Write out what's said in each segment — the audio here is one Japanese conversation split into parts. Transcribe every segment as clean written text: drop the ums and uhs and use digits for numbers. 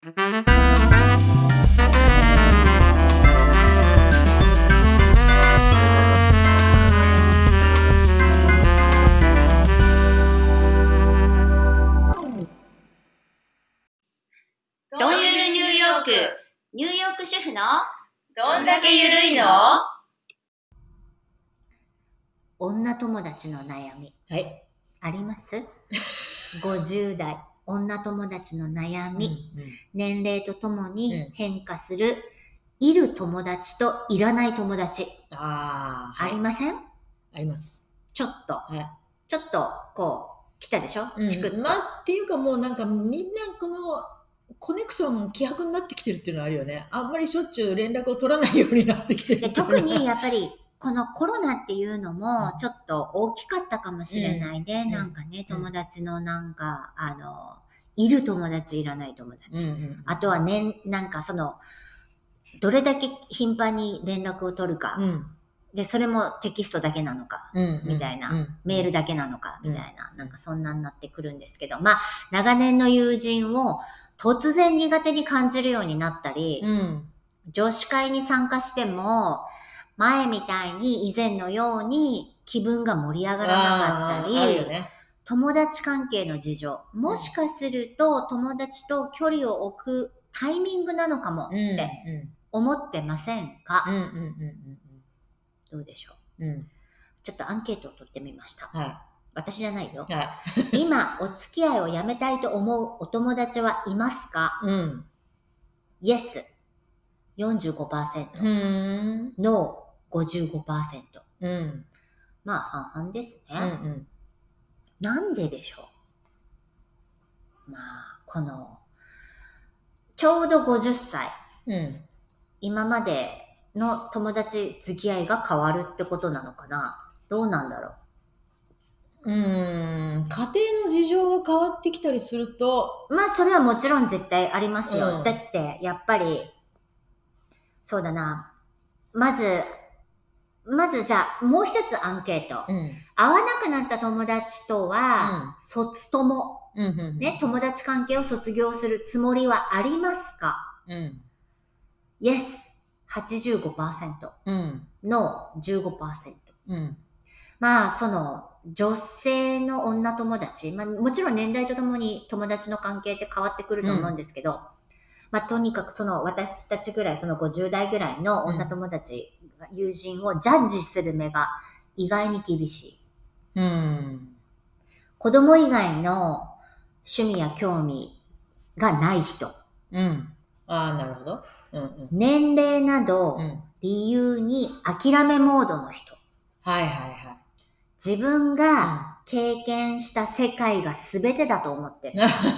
どんゆるニューヨーク、ニューヨーク主婦のどんだけゆるいの？ 女友達の悩み、 はい。 あります？50代、女友達の悩み、年齢とともに変化する、いる友達といらない友達。 ありません？ あります。 ちょっと、 はいちょっと、こう、来たでしょ？チクッと。 っていうかもうなんかみんなこの、コネクション希薄になってきてるっていうのはあるよね。あんまりしょっちゅう連絡を取らないようになってきてる。 で特にやっぱりこのコロナっていうのもちょっと大きかったかもしれないで、なんかね、友達のなんか、いる友達、いらない友達。あとはね、なんかその、どれだけ頻繁に連絡を取るか。で、それもテキストだけなのか、みたいな、メールだけなのか、みたいな、なんかそんなになってくるんですけど、まあ、長年の友人を突然苦手に感じるようになったり、女子会に参加しても、前みたいに以前のように気分が盛り上がらなかったり、友達関係の事情、もしかすると友達と距離を置くタイミングなのかもって思ってませんか？どうでしょう、ちょっとアンケートを取ってみました。私じゃないよ。今、お付き合いをやめたいと思うお友達はいますか？Yes、45%。No、55%。まあ、半々ですね。なんででしょう？まあ、この、ちょうど50歳。今までの友達付き合いが変わるってことなのかな？どうなんだろう？ 家庭の事情が変わってきたりすると、 まあそれはもちろん絶対ありますよ。だってやっぱりそうだな。まずじゃあもう一つアンケート。会わなくなった友達とは、卒友、ね、友達関係を卒業するつもりはありますか？Yes、85%。No、15%。まあ、その、女性の女友達、まあ、もちろん年代とともに友達の関係って変わってくると思うんですけど、まあ、とにかくその私たちぐらい、その50代ぐらいの女友達、友人をジャッジする目が意外に厳しい。子供以外の趣味や興味がない人。 なるほど。 年齢など理由に諦めモードの人。自分が経験した世界が全てだと思ってる。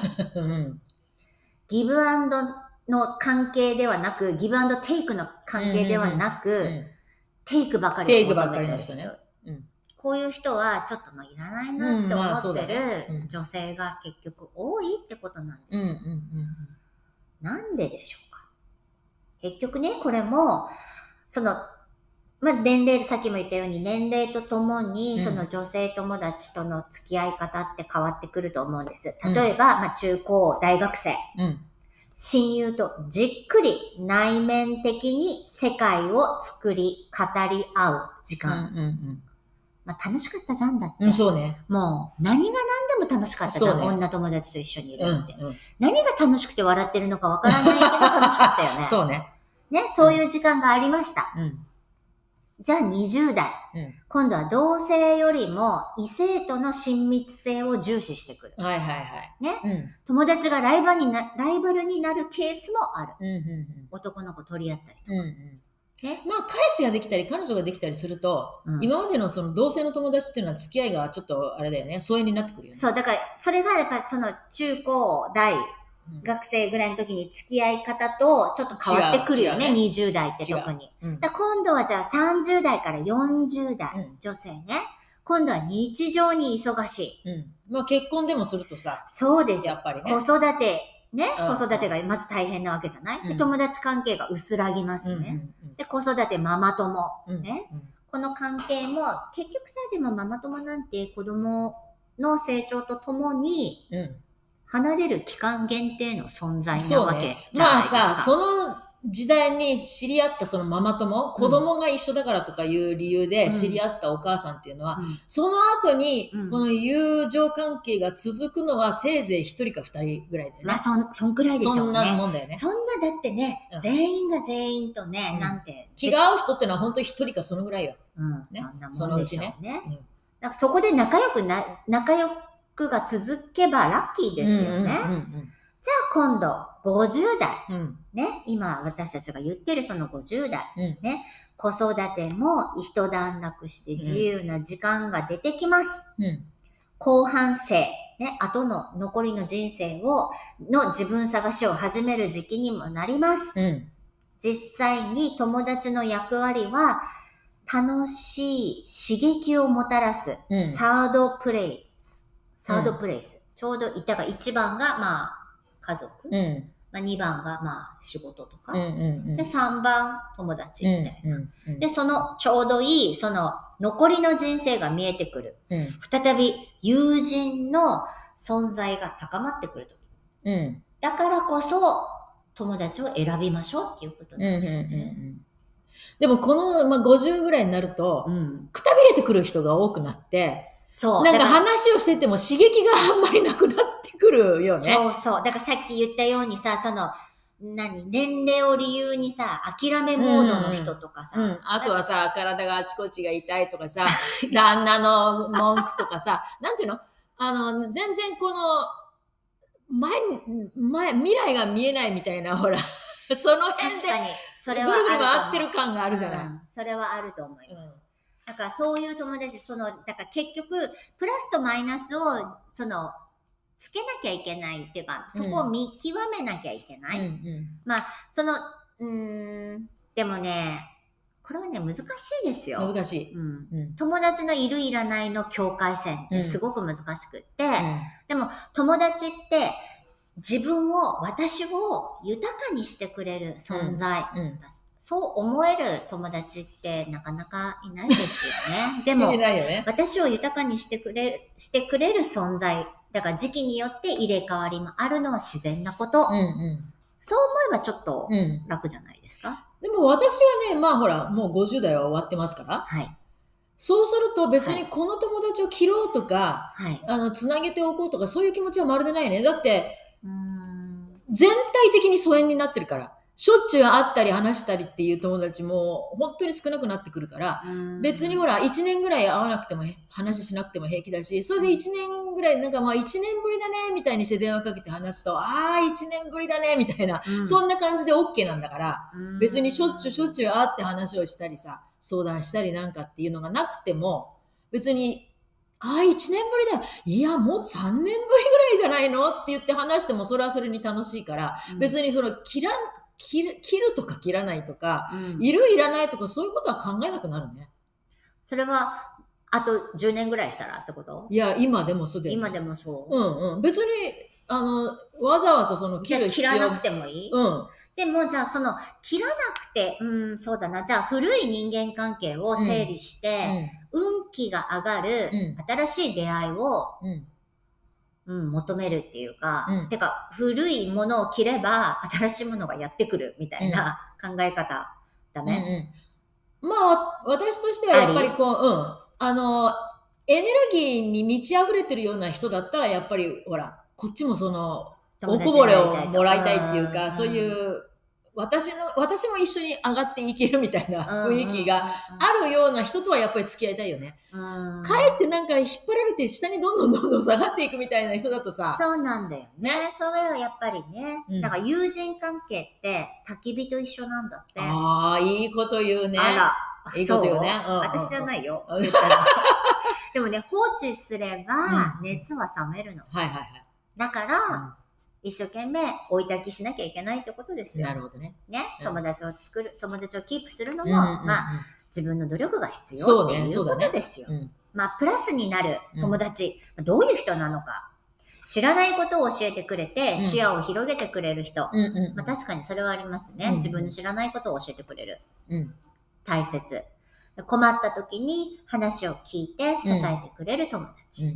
ギブアンドの関係ではなく、ギブアンドテイクの関係ではなく、テイクばかりを求めてる人。こういう人はちょっといらないなって思ってる女性が結局多いってことなんです。なんででしょうか？結局ね、これも、その、まあ、年齢、さっきも言ったように年齢とともに、その女性友達との付き合い方って変わってくると思うんです。例えば、まあ、中高、大学生。親友とじっくり内面的に世界を作り、語り合う時間。まあ、楽しかったじゃんだって。 そうね。 もう、何が何でも楽しかったじゃん。女友達と一緒にいるって。何が楽しくて笑ってるのかわからないけど楽しかったよね。 そうね。 ね、そういう時間がありました。じゃあ20代。今度は同性よりも異性との親密性を重視してくる。ね、友達がライバルになるケースもある。男の子取り合ったりとか。 まあ彼氏ができたり彼女ができたりすると、今までのその同性の友達っていうのは付き合いがちょっとあれだよね、疎遠になってくるよね。 そう、だからそれがやっぱその中高大学生ぐらいの時に付き合い方とちょっと変わってくるよね、20代って特に。だ今度はじゃあ30代から40代、女性ね。今度は日常に忙しい。 まあ結婚でもするとさ。 そうです。 やっぱりね。 子育て。ね、子育てがまず大変なわけじゃない、で友達関係が薄らぎますね。で、子育てママ友。ね、この関係も、結局さ、でもママ友なんて子供の成長とともに、 離れる期間限定の存在なそうわけね。 じゃないですか。 まあさ、その時代に知り合ったそのママ友、子供が一緒だからとかいう理由で知り合ったお母さんっていうのは、その後にこの友情関係が続くのはせいぜい一人か二人ぐらいだよね。 まあそんくらいでしょうね。 そんなもんだよね。 そんなだってね、全員が全員とね、なんて。 気が合う人ってのは本当に一人かそのぐらいよ。 ね、 そのうちね。 だからそこで仲良くが続けばラッキーですよね。じゃあ今度、50代。ね、今私たちが言ってるその50代。ね、子育ても一段落して自由な時間が出てきます。後半生、ね、後の残りの人生の自分探しを始める時期にもなります。実際に友達の役割は、楽しい刺激をもたらす、サードプレイス。ちょうどいたが1番が、まあ、家族。まあ、2番が、まあ、仕事とか。で、3番、友達みたいな。で、その、ちょうどいい、その、残りの人生が見えてくる。再び、友人の存在が高まってくるとき。だからこそ、友達を選びましょうっていうことなんですね。 でもこの、まあ、50ぐらいになると、くたびれてくる人が多くなって、なんか話をしてても刺激があんまりなくなってくるよね。 そうそう。だからさっき言ったようにさ、その、年齢を理由にさ、諦めモードの人とかさ。 あとはさ、体があちこちが痛いとかさ、旦那の文句とかさ、なんていうの全然この、未来が見えないみたいな、ほら、その辺で、ぐるぐる回ってる感があるじゃない。 それはあると思います。だからそういう友達、だから結局、プラスとマイナスを、つけなきゃいけないっていうか、そこを見極めなきゃいけない。まあ、でもね、これはね、難しいですよ。 難しい。 友達のいるいらないの境界線ってすごく難しくって、でも友達って私を豊かにしてくれる存在。そう思える友達ってなかなかいないですよね。でも、私を豊かにしてくれる存在。だから時期によって入れ替わりもあるのは自然なこと。そう思えばちょっと楽じゃないですか。 でも私はね、まあほら、もう50代は終わってますから。そうすると別にこの友達を切ろうとか、つなげておこうとかそういう気持ちはまるでないね。だって、全体的に疎遠になってるから。しょっちゅう会ったり話したりっていう友達も本当に少なくなってくるから、別にほら、1年ぐらい会わなくても話しなくても平気だし、それで1年ぐらい、なんかまあ1年ぶりだね、みたいにして電話かけて話すと、1年ぶりだね、みたいな、そんな感じで OK なんだから、別にしょっちゅう会って話をしたりさ、相談したりなんかっていうのがなくても、別に、1年ぶりだよ。いや、もう3年ぶりぐらいじゃないのって言って話しても、それはそれに楽しいから、別に切るとか切らないとか、いるいらないとかそういうことは考えなくなるね。 それは、あと10年ぐらいしたらってこと？ いや、今でもそうだよね。 今でもそう。 別に、わざわざ切る必要。 切らなくてもいい？でも、じゃあ切らなくて、そうだな。じゃあ古い人間関係を整理して、運気が上がる、新しい出会いを、求めるっていうか、てか、古いものを切れば、新しいものがやってくるみたいな考え方、だね。 まあ、私としてはやっぱりエネルギーに満ち溢れてるような人だったら、やっぱり、ほら、こっちもおこぼれをもらいたいっていうか、そういう、私も一緒に上がっていけるみたいな雰囲気があるような人とはやっぱり付き合いたいよね。かえってなんか引っ張られて下にどんどん下がっていくみたいな人だとさ。 そうなんだよね。それはやっぱりね。だから友人関係って焚き火と一緒なんだって。 いいこと言うね。いいこと言うね。 私じゃないよ。でもね、放置すれば熱は冷めるの。だから、一生懸命追い焚きしなきゃいけないってことですよ。 なるほどね。 友達をキープするのも、まあ、自分の努力が必要っていうことですよ。まあ、プラスになる友達、どういう人なのか。知らないことを教えてくれて、視野を広げてくれる人。まあ、確かにそれはありますね。自分の知らないことを教えてくれる。大切。困った時に話を聞いて支えてくれる友達。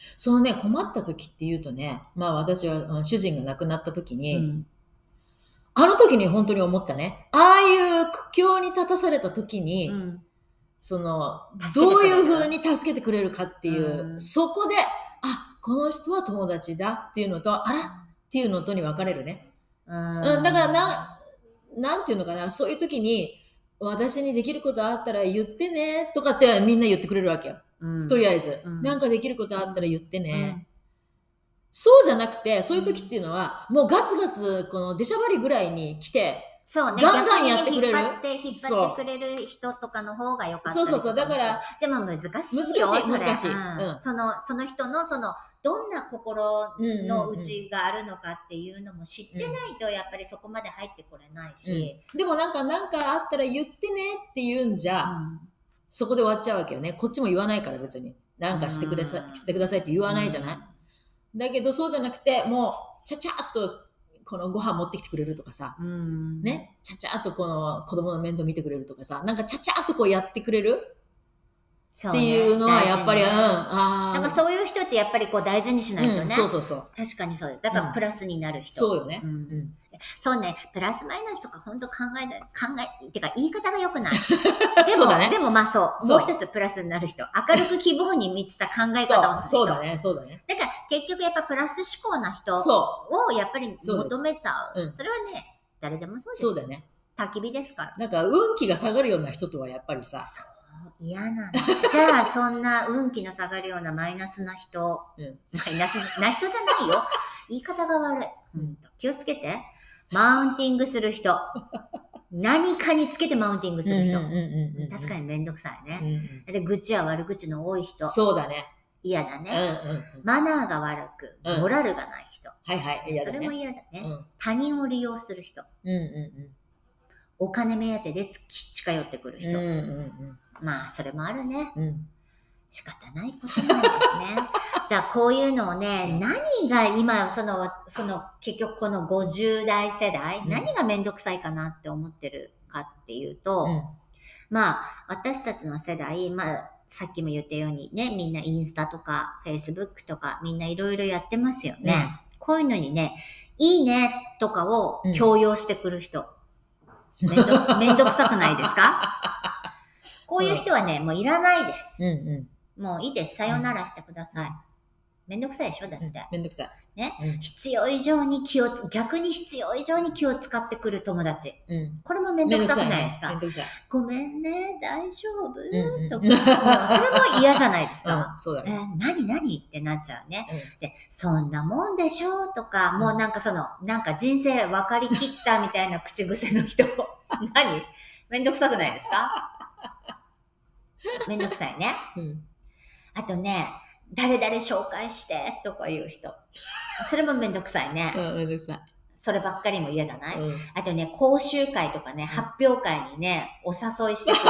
そのね、困った時って言うとね、まあ私は主人が亡くなった時に、あの時に本当に思ったね。ああいう苦境に立たされた時に、その、どういう風に助けてくれるかっていう、そこで、あ、この人は友達だっていうのと、あらっていうのとに分かれるね。だからなんていうのかな、そういう時に、私にできることあったら言ってね、とかってみんな言ってくれるわけよ。とりあえず、なんかできることあったら言ってね。そうじゃなくて、そういう時っていうのは、もうガツガツ、この出しゃばりぐらいに来て、 そうね、 ガンガンやってくれる。 引っ張ってくれる人とかの方がよかった。 そう。だから、 でも難しい。 難しい。 その人のどんな心の内があるのかっていうのも知ってないと、やっぱりそこまで入ってこれないし。 でもなんかあったら言ってねって言うんじゃ、そこで終わっちゃうわけよね。こっちも言わないから別に。なんかしてくださいって言わないじゃない。だけどそうじゃなくて、もう、ちゃちゃっと、このご飯持ってきてくれるとかさ、ね、ちゃちゃっとこの子供の面倒見てくれるとかさ、なんかちゃちゃっとこうやってくれるっていうのはやっぱり、だからそういう人ってやっぱりこう大事にしないとね。 そう。 確かにそうです。だからプラスになる人。 そうよね。 そうね、プラスマイナスとか本当てか言い方が良くない。 そうだね。 でもまあそう、もう一つプラスになる人。明るく希望に満ちた考え方をする人。 そうだね。 だから結局やっぱプラス思考な人をやっぱり求めちゃう。それはね、誰でもそうです。 そうだよね。 焚き火ですから。 なんか運気が下がるような人とはやっぱりさ。 嫌なんだ。じゃあそんな運気の下がるようなマイナスな人、マイナスな人じゃないよ。言い方が悪い。気をつけて。マウンティングする人。何かにつけてマウンティングする人。確かにめんどくさいね。で、愚痴や悪口の多い人。 そうだね。 嫌だね。マナーが悪く、モラルがない人。それも嫌だね。他人を利用する人。お金目当てで近寄ってくる人。まあ、それもあるね。仕方ないことなんですね。じゃあ、こういうのをね、何が今、結局この50代世代、何がめんどくさいかなって思ってるかっていうと、まあ、私たちの世代、まあ、さっきも言ったようにね、みんなインスタとか、フェイスブックとか、みんないろいろやってますよね。こういうのにね、いいねとかを強要してくる人。めんどくさくないですか？こういう人はね、もういらないです。もういいです。さよならしてください。めんどくさいでしょだって。 めんどくさい。 ね。必要以上に逆に必要以上に気を使ってくる友達。これもめんどくさくないですか？ めんどくさい。 ごめんね、大丈夫とか。それも嫌じゃないですか？ そうだね。 何ってなっちゃうね。で、そんなもんでしょとか、もうなんかなんか人生分かりきったみたいな口癖の人。めんどくさくないですか？めんどくさいね。あとね、誰々紹介してとか言う人。それもめんどくさいね。 めんどくさい。 そればっかりも嫌じゃない？あとね、講習会とかね、発表会にね、お誘いしてくる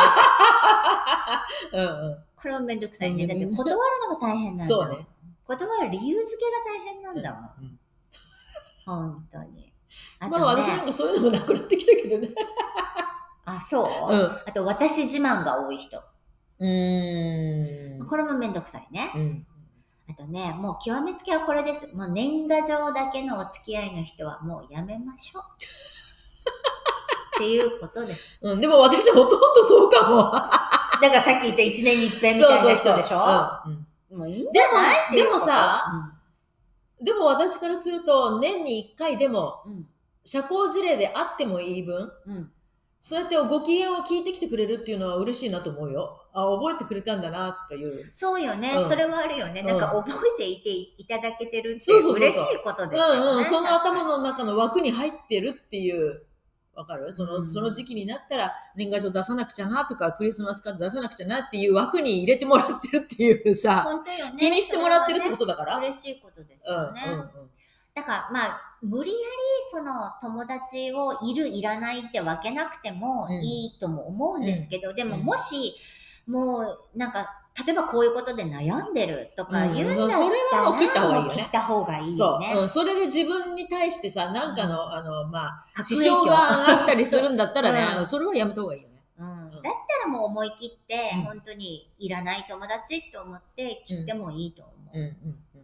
人。これもめんどくさいね。だって断るのが大変なんだ。 そうね。 断る理由付けが大変なんだもん。本当に。 まあ私なんかそういうのもなくなってきたけどね。 あ、そう？あと私自慢が多い人。これもめんどくさいね。あとね、もう極めつけはこれです。もう年賀状だけのお付き合いの人はもうやめましょう。っていうことです。 でも私ほとんどそうかも。 だからさっき言った1年に一遍みたいな人でしょ？もういいんじゃない？ でもさ、でも私からすると年に1回でも、社交辞令であってもいい分、そうやってご機嫌を聞いてきてくれるっていうのは嬉しいなと思うよ。覚えてくれたんだなという。 そうよね。それはあるよね。なんか覚えていていただけてるって嬉しいことですよね。 その頭の中の枠に入ってるっていう。わかる？その時期になったら年賀状出さなくちゃなとかクリスマスカード出さなくちゃなっていう枠に入れてもらってるっていうさ、 本当よね、 気にしてもらってるってことだから。 嬉しいことですよね。だからまあ無理やり友達をいらないって分けなくてもいいとも思うんですけど、でももしもうなんか例えばこういうことで悩んでるとか言うんだったら、 それはもう切った方がいいよね。 切った方がいいよね。 それで自分に対してさ、なんかの、まあ、支障があったりするんだったらね、それはやめた方がいいよね。 だったらもう思い切って、本当にいらない友達と思って切ってもいいと思う。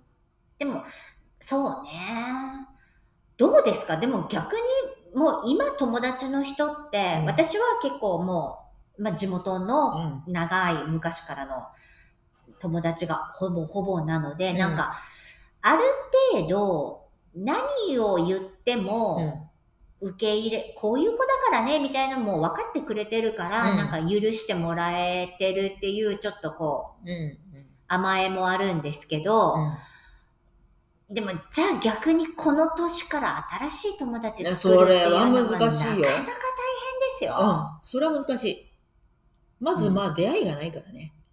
でも、そうね。どうですか？でも逆に、もう今友達の人って、私は結構もう、地元の長い昔からの友達がほぼなので、なんか、ある程度、何を言っても、受け入れ、こういう子だからね、みたいなのも分かってくれてるから、なんか許してもらえてるっていう、ちょっとこう、甘えもあるんですけど、でも、じゃあ逆にこの年から新しい友達作るっていうのは難しいよ。なかなか大変ですよ。 それは難しい。まず、出会いがないからね。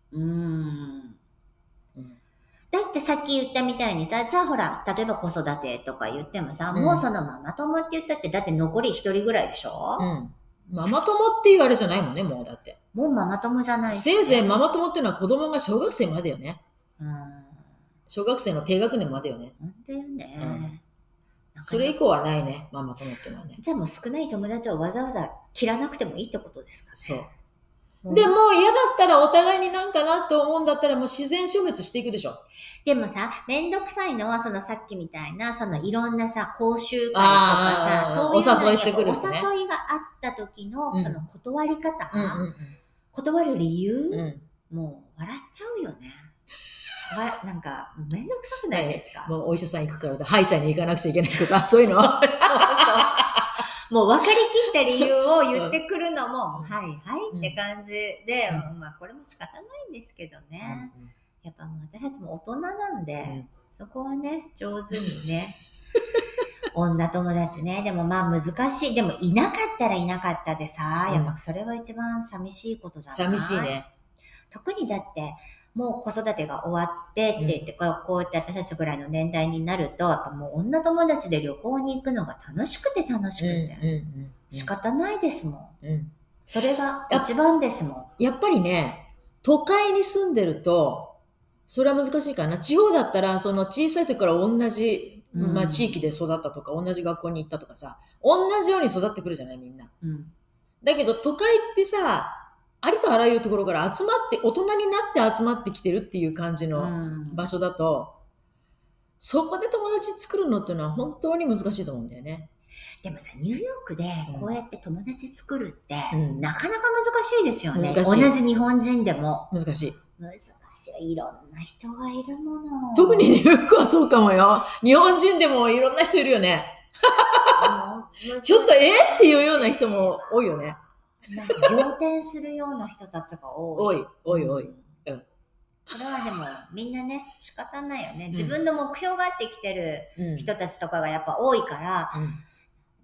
だってさっき言ったみたいにさ、じゃあほら、例えば子育てとか言ってもさ、もうそのママ友って言ったって、だって残り一人ぐらいでしょ？ ママ友っていうあれじゃないもんね、もうだって。 もうママ友じゃないし、 せいぜいママ友っていうのは子供が小学生までよね。小学生の低学年までよね。 本当よね。 それ以降はないね、ママ友っていうのはね。 じゃあもう少ない友達をわざわざ切らなくてもいいってことですかね。 そう。でも嫌だったらお互いになんかなって思うんだったらもう自然消滅していくでしょ。 でもさ、めんどくさいのはそのさっきみたいな、そのいろんなさ、講習会とかさ、そういうお誘いしてくる人ね。 お誘いがあった時のその断り方、断る理由、もう笑っちゃうよね。なんか、めんどくさくないですか？ もうお医者さん行くから歯医者に行かなくちゃいけないとか、そういうの。そうもう分かりきった理由を言ってくるのも、はいはいって感じで、これも仕方ないんですけどね。やっぱもう私たちも大人なんで、そこはね、上手にね。女友達ね。でも難しい。でもいなかったらいなかったでさ、やっぱそれは一番寂しいことじゃない？ 寂しいね。 特にだって、もう子育てが終わってって言って、こうやって私たちぐらいの年代になると、やっぱもう女友達で旅行に行くのが楽しくて仕方ないですもん。それが一番ですもん。 やっぱりね、都会に住んでると、それは難しいかな。地方だったら、その小さい時から同じ、地域で育ったとか、同じ学校に行ったとかさ、同じように育ってくるじゃない、みんな。だけど都会ってさ、ありとあらゆるところから集まって、大人になって集まってきてるっていう感じの場所だと、そこで友達作るのっていうのは本当に難しいと思うんだよね。 でもさ、ニューヨークでこうやって友達作るって、なかなか難しいですよね。同じ日本人でも。 難しい。 いろんな人がいるもの。 特にニューヨークはそうかもよ。日本人でもいろんな人いるよね。ちょっとっていうような人も多いよね。 なんか仰天するような人たちが多い。 多い。 これはでもみんなね、仕方ないよね。自分の目標があってきてる人たちとかがやっぱ多いから、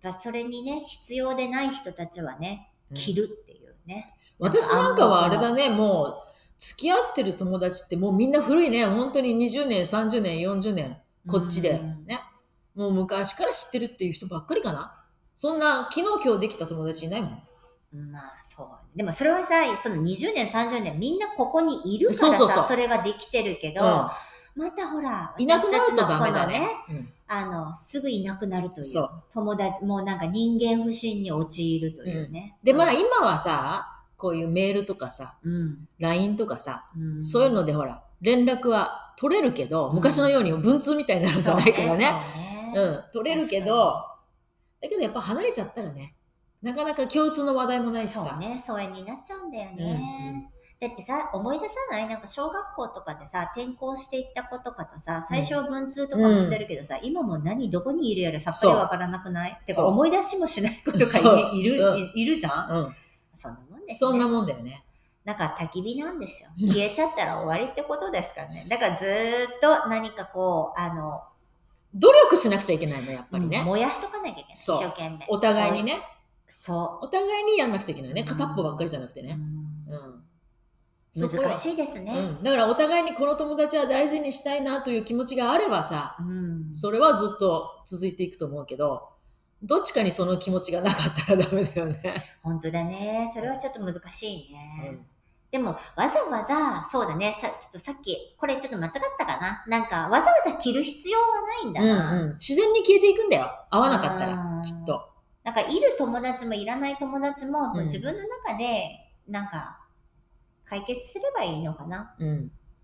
それにね、必要でない人たちはね、切るっていうね。 私なんかはあれだね、もう付き合ってる友達ってもうみんな古いね。本当に20年、30年、40年、こっちでね。もう昔から知ってるっていう人ばっかりかな。そんな昨日今日できた友達いないもん。 そう。でもそれはさ、その20年、30年みんなここにいるからさ、それができてるけど、またほら、 いなくなるとダメだね。 すぐいなくなるという。友達、もうなんか人間不信に陥るというね。 で、今はさ、こういうメールとかさ、LINE とかさ、そういうのでほら、連絡は取れるけど、昔のように文通みたいになるんじゃないからね。取れるけど、だけどやっぱ離れちゃったらね、なかなか共通の話題もないしさ。 そうね、疎遠になっちゃうんだよね。だってさ、思い出さない？なんか小学校とかでさ、転校していった子とかとさ、最初は文通とかもしてるけどさ、今もどこにいるやらさっぱりわからなくない？てか思い出しもしない子とかいるじゃん？そんなもんですね。 そんなもんだよね。 なんか焚き火なんですよ。消えちゃったら終わりってことですからね。だからずーっと何かこう、 努力しなくちゃいけないの、やっぱりね。 燃やしとかなきゃいけない。一生懸命。 お互いにね。 そう。 お互いにやんなくちゃいけないね。片っぽばっかりじゃなくてね。 難しいですね。 だからお互いにこの友達は大事にしたいなという気持ちがあればさ、それはずっと続いていくと思うけど、どっちかにその気持ちがなかったらダメだよね。 本当だね。それはちょっと難しいね。でも、わざわざ、そうだね。ちょっとさっき、これちょっと間違ったかな。なんか、わざわざ着る必要はないんだな。 自然に消えていくんだよ。合わなかったら、きっと。 なんか、いる友達もいらない友達も、自分の中で、なんか、解決すればいいのかな。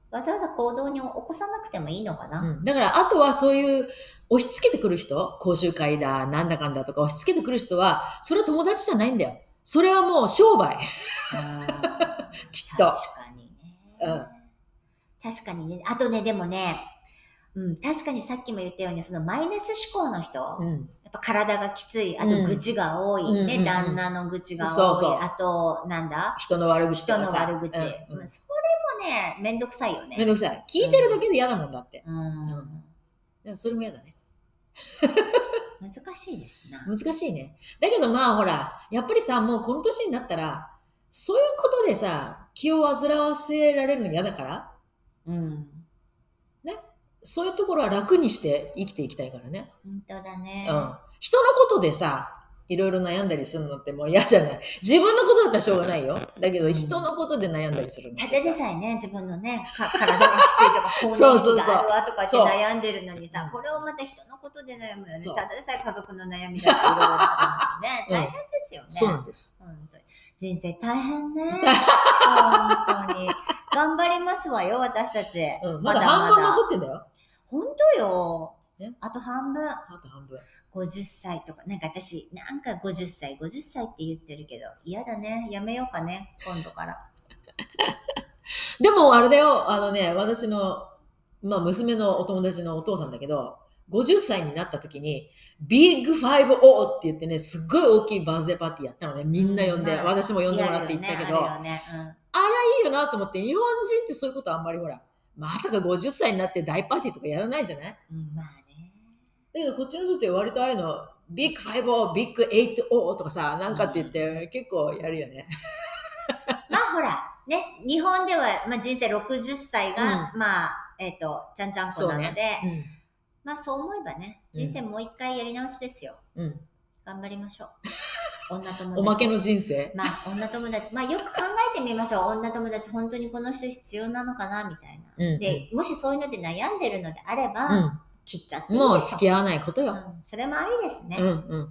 わざわざ行動に起こさなくてもいいのかな。 だから、あとはそういう押し付けてくる人、講習会だ、なんだかんだとか押し付けてくる人は、それは友達じゃないんだよ。それはもう商売。きっと。 確かにね。確かにね。あとね、でもね、確かにさっきも言ったように、そのマイナス思考の人、やっぱ体がきつい、あと愚痴が多い、ね、旦那の愚痴が多い、あと、なんだ人の悪口とかさ。 人の悪口。それもね、めんどくさいよね。 めんどくさい。聞いてるだけで嫌だもんだって。でもそれも嫌だね。 難しいですな。 難しいね。だけどまあほら、やっぱりさ、もうこの年になったら、そういうことでさ、気を煩わせられるの嫌だから、ね。そういうところは楽にして生きていきたいからね。 本当だね。 人のことでさ、いろいろ悩んだりするのってもう嫌じゃない。自分のことだったらしょうがないよ。だけど人のことで悩んだりするの。 ただでさえね、自分のね、体がきついとか、更年期があるわとかって悩んでるのにさ、これをまた人のことで悩むよね。ただでさえ家族の悩みだっていろいろあるのにね。大変ですよね。 そうなんです。 本当に人生大変ね。本当に。頑張りますわよ、私たち。 まだ半分残ってんだよ。 本当よ。あと半分。50歳とか、なんか私、なんか50歳って言ってるけど、嫌だね。やめようかね、今度から。 でも、あれだよ、私の、娘のお友達のお父さんだけど、50歳になった時に、ビッグ 5-0 って言ってね、すっごい大きいバースデーパーティーやったのね。みんな呼んで、私も呼んでもらって行ったけど、あらいいよなと思って、日本人ってそういうことあんまりほら、まさか50歳になって大パーティーとかやらないじゃない？ まあね。 だけどこっちの人って割とああいうの、ビッグ 5-0、ビッグ 8-0とかさ、なんかって言って結構やるよね。 まあほら、ね、日本では、人生60歳が、ちゃんちゃんこなので、そう思えばね、人生もう一回やり直しですよ。頑張りましょう。女友達。 おまけの人生。 女友達。よく考えてみましょう。女友達、本当にこの人必要なのかなみたいな。で、もしそういうので悩んでるのであれば、切っちゃっていいでしょ。 もう付き合わないことよ。 それもありですね。はい。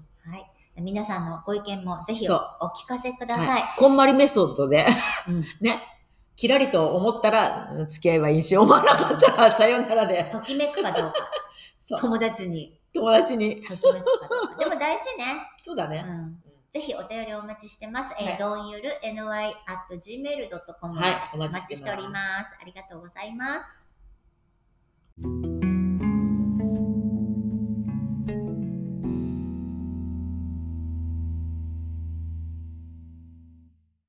皆さんのご意見もぜひお聞かせください。 こんまりメソッドで、ね。キラリと思ったら付き合えばいいし、思わなかったらさよならで。 ときめくかどうか。友達に。 ときめくかどうか。でも大事ね。 そうだね。 ぜひお便りお待ちしてます。どんゆる ny@gmail.com までお待ちしております。ありがとうございます。